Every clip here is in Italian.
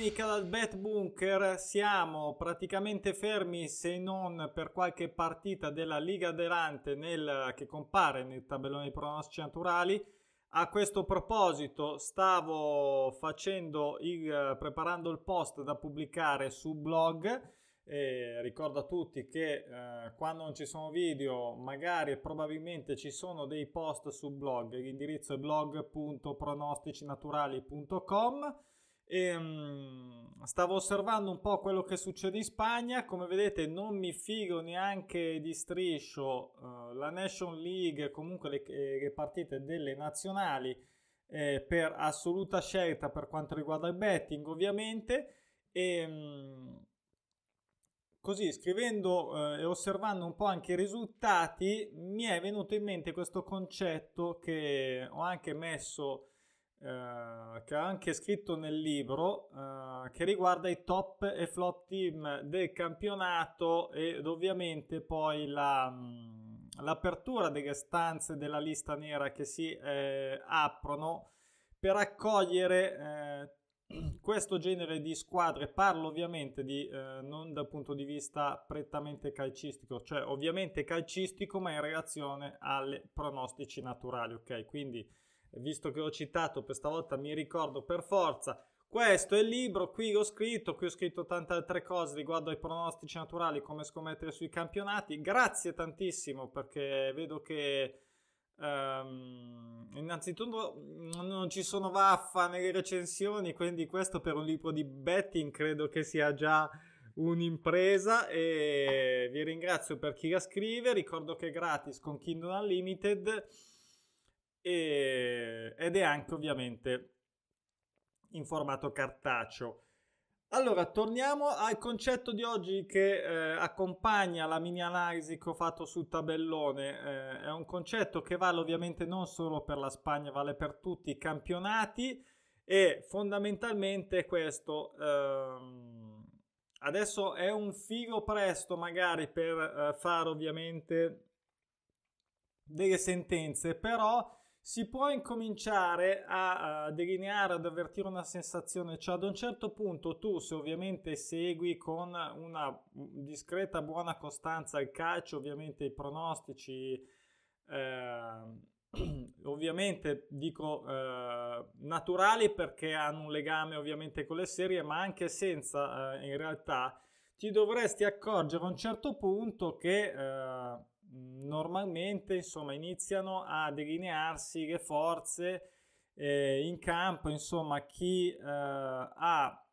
domenica dal Bet Bunker, siamo praticamente fermi se non per qualche partita della Liga Adelante che compare nel tabellone di pronostici naturali. A questo proposito stavo preparando il post da pubblicare su blog. Ricordo a tutti che quando non ci sono video, magari e probabilmente ci sono dei post su blog. L'indirizzo è blog.pronosticinaturali.com. Stavo osservando un po' quello che succede in Spagna. Come vedete, non mi fido neanche di striscio la Nation League, comunque le partite delle nazionali, per assoluta scelta per quanto riguarda il betting, ovviamente. Così, scrivendo e osservando un po' anche i risultati, mi è venuto in mente questo concetto che ho anche messo, che ho anche scritto nel libro, che riguarda i top e flop team del campionato ed ovviamente poi l'apertura delle stanze della lista nera che si aprono per accogliere questo genere di squadre. Parlo ovviamente non dal punto di vista prettamente calcistico, cioè ovviamente calcistico, ma in relazione alle pronostici naturali, ok? Quindi, visto che ho citato per stavolta, mi ricordo per forza, questo è il libro, qui ho scritto tante altre cose riguardo ai pronostici naturali, come scommettere sui campionati. Grazie tantissimo, perché vedo che innanzitutto non ci sono vaffa nelle recensioni, quindi questo per un libro di betting credo che sia già un'impresa, e vi ringrazio per chi la scrive. Ricordo che è gratis con Kindle Unlimited ed è anche ovviamente in formato cartaceo. Allora, torniamo al concetto di oggi che accompagna la mini analisi che ho fatto sul tabellone. È un concetto che vale ovviamente non solo per la Spagna, vale per tutti i campionati, e fondamentalmente questo. Adesso è un filo presto magari per fare ovviamente delle sentenze, però si può incominciare a delineare, ad avvertire una sensazione. Cioè, ad un certo punto tu, se ovviamente segui con una discreta buona costanza il calcio, ovviamente i pronostici, ovviamente dico naturali, perché hanno un legame ovviamente con le serie, ma anche senza, in realtà ti dovresti accorgere a un certo punto che normalmente, insomma, iniziano a delinearsi le forze in campo. Insomma, chi ha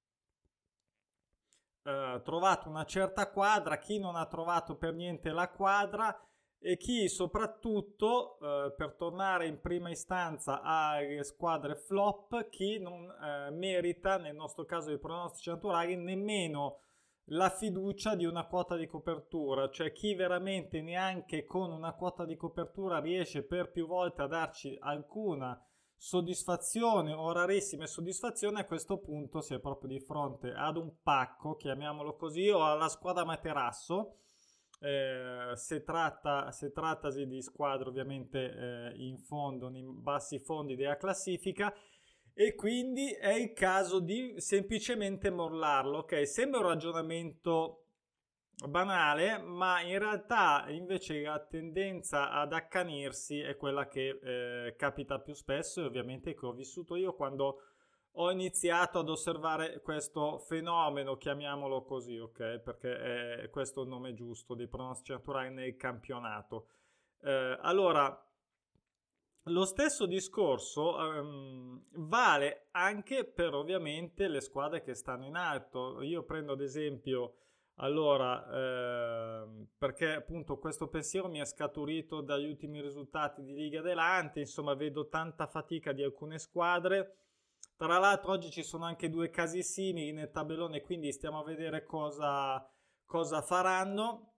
trovato una certa quadra, chi non ha trovato per niente la quadra, e chi soprattutto, per tornare in prima istanza alle squadre flop, chi non merita, nel nostro caso dei pronostici naturali, nemmeno la fiducia di una quota di copertura. Cioè chi veramente neanche con una quota di copertura riesce per più volte a darci alcuna soddisfazione o rarissime soddisfazioni, a questo punto si è proprio di fronte ad un pacco, chiamiamolo così, o alla squadra materasso, se trattasi di squadre ovviamente in fondo, nei bassi fondi della classifica, e quindi è il caso di semplicemente mollarlo. Ok, sembra un ragionamento banale, ma in realtà invece la tendenza ad accanirsi è quella che capita più spesso, e ovviamente che ho vissuto io quando ho iniziato ad osservare questo fenomeno, chiamiamolo così, ok? Perché è questo il nome giusto dei pronostici naturali nel campionato. Allora, lo stesso discorso vale anche per ovviamente le squadre che stanno in alto. Io prendo ad esempio, allora, perché appunto questo pensiero mi è scaturito dagli ultimi risultati di Liga Adelante. Insomma, vedo tanta fatica di alcune squadre. Tra l'altro oggi ci sono anche due casi simili nel tabellone, quindi stiamo a vedere cosa faranno.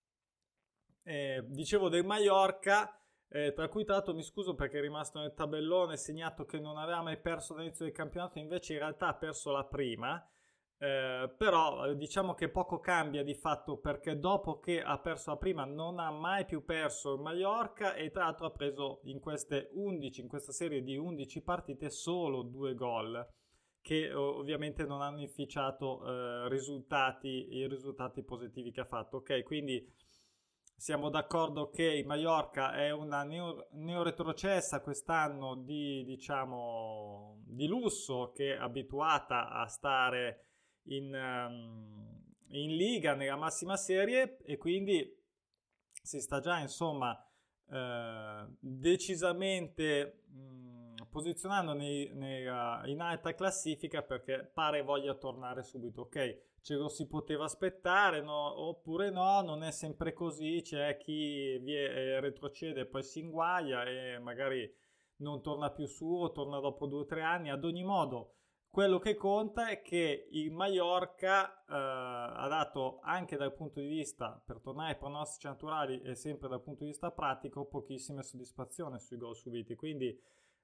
Dicevo del Mallorca, tra cui tra l'altro mi scuso perché è rimasto nel tabellone segnato che non aveva mai perso dall'inizio del campionato, invece in realtà ha perso la prima. Però diciamo che poco cambia di fatto, perché dopo che ha perso la prima non ha mai più perso il Mallorca, e tra l'altro ha preso in questa serie di 11 partite solo 2 gol, che ovviamente non hanno inficiato i risultati positivi che ha fatto. Ok, quindi siamo d'accordo che il Mallorca è una neoretrocessa quest'anno diciamo, di lusso, che è abituata a stare in Liga, nella massima serie, e quindi si sta già insomma decisamente posizionando in alta classifica, perché pare voglia tornare subito. Ok, ce lo si poteva aspettare, no? Oppure no, non è sempre così, c'è chi retrocede e poi si inguaglia e magari non torna più su o torna dopo 2 o 3 anni. Ad ogni modo, quello che conta è che il Mallorca ha dato, anche dal punto di vista, per tornare ai pronostici naturali e sempre dal punto di vista pratico, pochissime soddisfazioni sui gol subiti. Quindi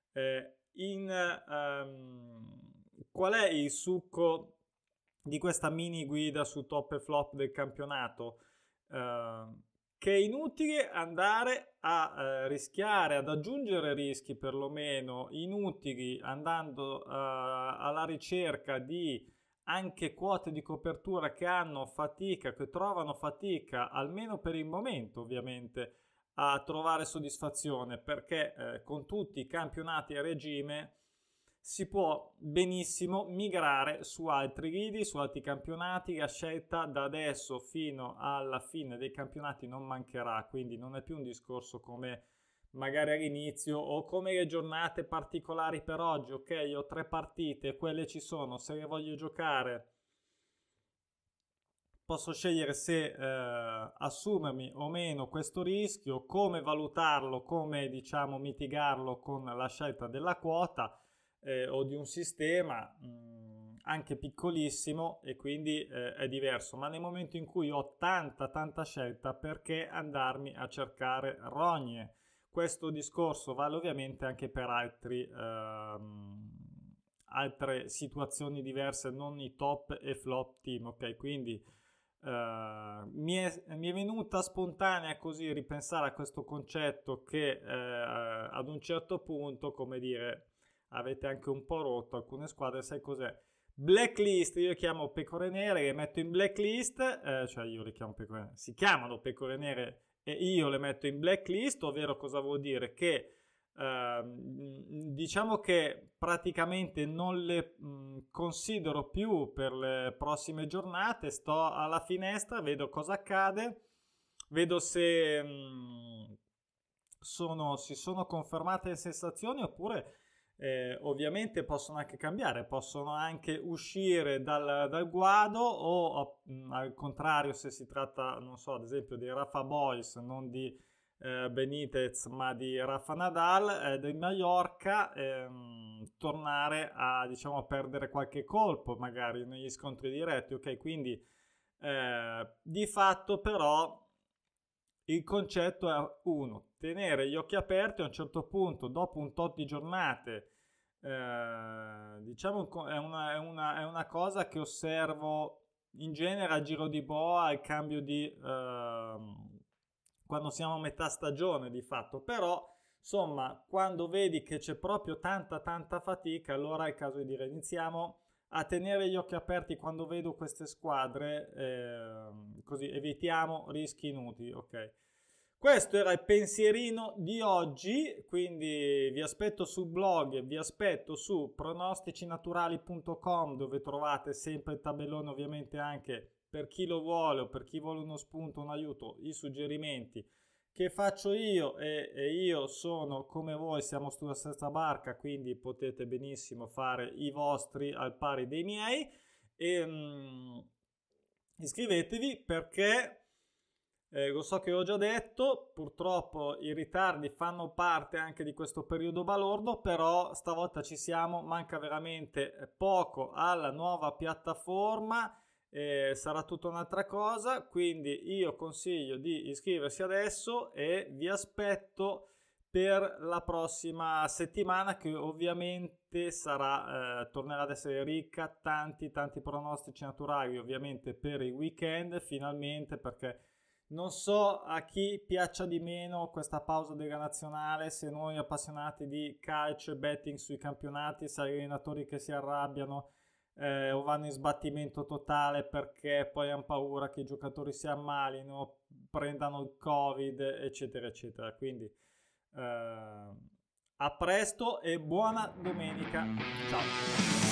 qual è il succo di questa mini guida su top e flop del campionato? Che è inutile andare a rischiare, ad aggiungere rischi perlomeno inutili, andando alla ricerca di anche quote di copertura che trovano fatica, almeno per il momento ovviamente, a trovare soddisfazione, perché con tutti i campionati a regime si può benissimo migrare su altri lidi, su altri campionati. La scelta da adesso fino alla fine dei campionati non mancherà, quindi non è più un discorso come magari all'inizio o come le giornate particolari per oggi. Ok, ho 3 partite, quelle ci sono, se le voglio giocare posso scegliere se assumermi o meno questo rischio, come valutarlo, come diciamo mitigarlo con la scelta della quota o di un sistema anche piccolissimo, e quindi è diverso. Ma nel momento in cui ho tanta scelta, perché andarmi a cercare rogne? Questo discorso vale ovviamente anche per altre situazioni diverse, non i top e flop team. Ok, quindi mi è venuta spontanea così ripensare a questo concetto che ad un certo punto, come dire, avete anche un po' rotto alcune squadre. Sai cos'è? Blacklist, io le chiamo pecore nere, le metto in blacklist, cioè io le chiamo pecore nere, si chiamano pecore nere e io le metto in blacklist, ovvero cosa vuol dire? Che diciamo che praticamente non le considero più per le prossime giornate. Sto alla finestra, vedo cosa accade, vedo se si sono confermate le sensazioni, oppure ovviamente possono anche cambiare, possono anche uscire dal guado, o al contrario, se si tratta, non so, ad esempio di Rafa Boys, non di Benitez ma di Rafa Nadal, del Mallorca, tornare a, diciamo, a perdere qualche colpo magari negli scontri diretti. Ok, quindi di fatto però il concetto è uno: tenere gli occhi aperti. A un certo punto, dopo un tot di giornate, diciamo è una cosa che osservo in genere al giro di boa, al cambio di quando siamo a metà stagione di fatto. Però insomma, quando vedi che c'è proprio tanta fatica, allora è il caso di dire: iniziamo a tenere gli occhi aperti quando vedo queste squadre, così evitiamo rischi inutili. Ok, questo era il pensierino di oggi, quindi vi aspetto sul blog, vi aspetto su pronosticinaturali.com, dove trovate sempre il tabellone, ovviamente anche per chi lo vuole o per chi vuole uno spunto, un aiuto, i suggerimenti che faccio io, e io sono come voi, siamo sulla stessa barca, quindi potete benissimo fare i vostri al pari dei miei. E iscrivetevi, perché lo so che ho già detto, purtroppo i ritardi fanno parte anche di questo periodo balordo, però stavolta ci siamo, manca veramente poco alla nuova piattaforma. Sarà tutta un'altra cosa, quindi io consiglio di iscriversi adesso e vi aspetto per la prossima settimana, che ovviamente tornerà ad essere ricca, tanti pronostici naturali ovviamente per il weekend finalmente, perché Non so a chi piaccia di meno questa pausa della nazionale, se noi appassionati di calcio e betting sui campionati, se allenatori che si arrabbiano o vanno in sbattimento totale perché poi hanno paura che i giocatori si ammalino, prendano il Covid, eccetera, eccetera. Quindi a presto e buona domenica. Ciao.